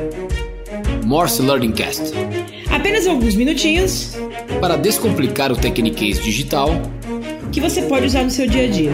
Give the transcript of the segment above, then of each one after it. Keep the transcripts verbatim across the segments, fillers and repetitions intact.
Morse Learning Cast. Apenas alguns minutinhos para descomplicar o tecniquez digital que você pode usar no seu dia a dia.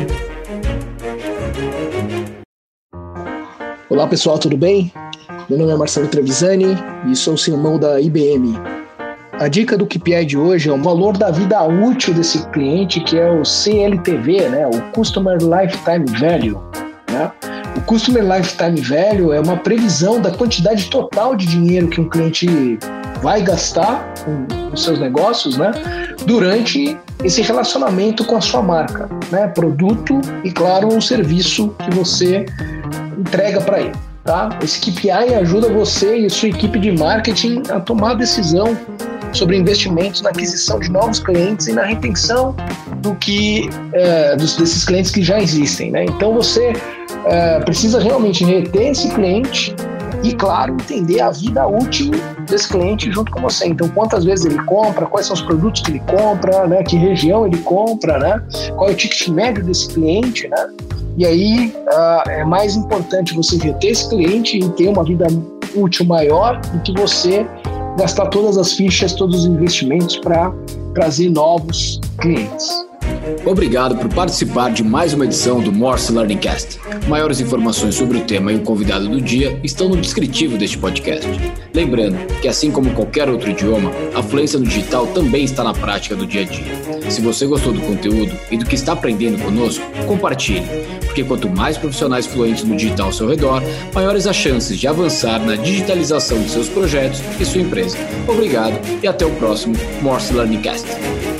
Olá pessoal, tudo bem? Meu nome é Marcelo Trevisani e sou o C M O da I B M. A dica do K P I de hoje é o valor da vida útil desse cliente, que é o C L T V, né? O Customer Lifetime Value. Né? O Customer Lifetime Value é uma previsão da quantidade total de dinheiro que um cliente vai gastar com os seus negócios, né? Durante esse relacionamento com a sua marca, né? Produto e, claro, o serviço que você entrega para ele. Tá? Esse K P I ajuda você e a sua equipe de marketing a tomar decisão sobre investimentos na aquisição de novos clientes e na retenção do que, é, dos, desses clientes que já existem. Né? Então você é, precisa realmente reter esse cliente e, claro, entender a vida útil desse cliente junto com você. Então, quantas vezes ele compra, quais são os produtos que ele compra, né? Que região ele compra, né? Qual é o ticket médio desse cliente, né? E aí uh, é mais importante você reter esse cliente e ter uma vida útil maior do que você gastar todas as fichas, todos os investimentos para trazer novos clientes. Obrigado por participar de mais uma edição do Morse Learning Cast. Maiores informações sobre o tema e o convidado do dia estão no descritivo deste podcast. Lembrando que, assim como qualquer outro idioma, a fluência no digital também está na prática do dia a dia. Se você gostou do conteúdo e do que está aprendendo conosco, compartilhe, porque quanto mais profissionais fluentes no digital ao seu redor, maiores as chances de avançar na digitalização de seus projetos e sua empresa. Obrigado e até o próximo Morse Learning Cast.